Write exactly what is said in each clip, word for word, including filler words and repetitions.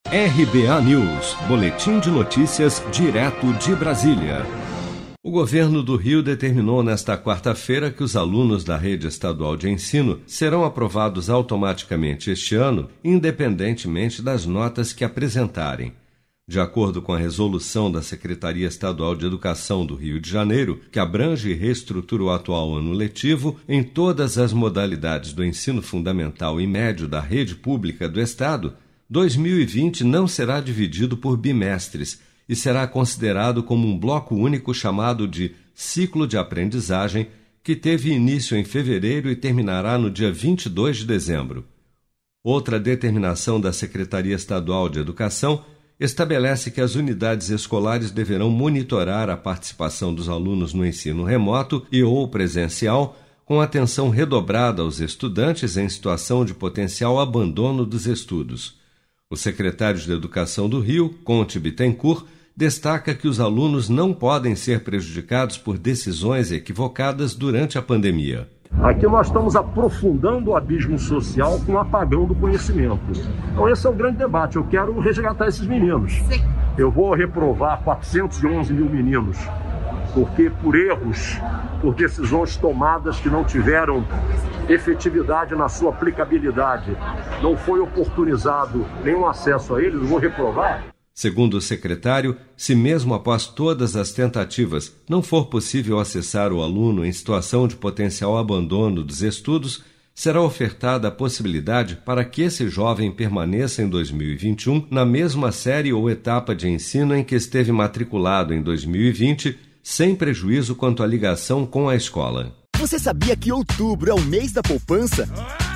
R B A News, boletim de notícias direto de Brasília. O governo do Rio determinou nesta quarta-feira que os alunos da rede estadual de ensino serão aprovados automaticamente este ano, independentemente das notas que apresentarem. De acordo com a resolução da Secretaria Estadual de Educação do Rio de Janeiro, que abrange e reestrutura o atual ano letivo em todas as modalidades do ensino fundamental e médio da rede pública do Estado, dois mil e vinte não será dividido por bimestres e será considerado como um bloco único chamado de ciclo de aprendizagem, que teve início em fevereiro e terminará no dia vinte e dois de dezembro. Outra determinação da Secretaria Estadual de Educação estabelece que as unidades escolares deverão monitorar a participação dos alunos no ensino remoto e ou presencial, com atenção redobrada aos estudantes em situação de potencial abandono dos estudos. O secretário de Educação do Rio, Conte Bittencourt, destaca que os alunos não podem ser prejudicados por decisões equivocadas durante a pandemia. Aqui nós estamos aprofundando o abismo social com o apagão do conhecimento. Então esse é o grande debate. Eu quero resgatar esses meninos. Eu vou reprovar quatrocentos e onze mil meninos, porque por erros, por decisões tomadas que não tiveram efetividade na sua aplicabilidade, não foi oportunizado nenhum acesso a eles, eu vou reprovar. Segundo o secretário, se mesmo após todas as tentativas não for possível acessar o aluno em situação de potencial abandono dos estudos, será ofertada a possibilidade para que esse jovem permaneça em dois mil e vinte e um na mesma série ou etapa de ensino em que esteve matriculado em dois mil e vinte, sem prejuízo quanto à ligação com a escola. Você sabia que outubro é o mês da poupança?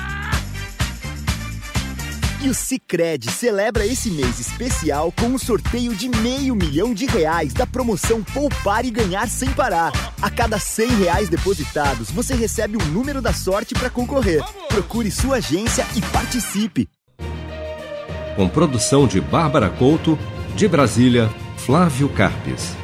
E o Sicredi celebra esse mês especial com um sorteio de meio milhão de reais da promoção Poupar e Ganhar Sem Parar. A cada cem reais depositados, você recebe um número da sorte para concorrer. Procure sua agência e participe. Com produção de Bárbara Couto, de Brasília, Flávio Carpes.